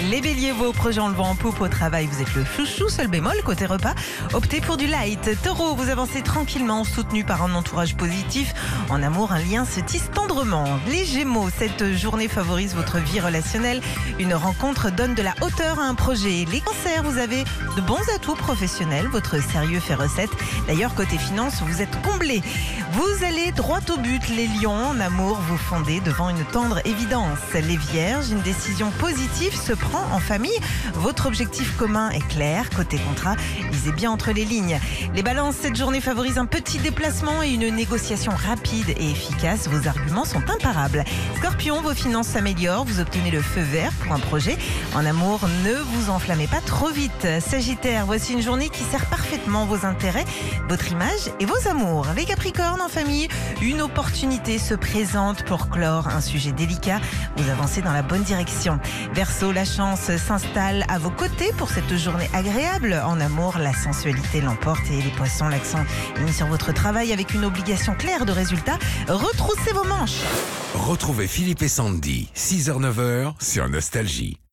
Les béliers, vos projets ont le vent en poupe au travail, vous êtes le chouchou, seul bémol, côté repas, optez pour du light. Taureau, vous avancez tranquillement, soutenu par un entourage positif. En amour, un lien se tisse tendrement. Les gémeaux, cette journée favorise votre vie relationnelle. Une rencontre donne de la hauteur à un projet. Les cancers, vous avez de bons atouts professionnels, votre sérieux fait recette. D'ailleurs, côté finance, vous êtes comblés. Vous allez droit au but, les lions. En amour, vous fondez devant une tendre évidence. Les vierges, une décision positive se prend en famille. Votre objectif commun est clair. Côté contrat, lisez bien entre les lignes. Les balances, cette journée favorise un petit déplacement et une négociation rapide et efficace. Vos arguments sont imparables. Scorpion, vos finances s'améliorent. Vous obtenez le feu vert pour un projet. En amour, ne vous enflammez pas trop vite. Sagittaire, voici une journée qui sert parfaitement vos intérêts, votre image et vos amours. Les Capricornes, en famille, une opportunité se présente pour clore un sujet délicat. Vous avancez dans la bonne direction. Verseau, la chance s'installe à vos côtés pour cette journée agréable. En amour, la sensualité l'emporte et les poissons, l'accent est mis sur votre travail avec une obligation claire de résultat. Retroussez vos manches. Retrouvez Philippe et Sandy, 6h-9h sur Nostalgie.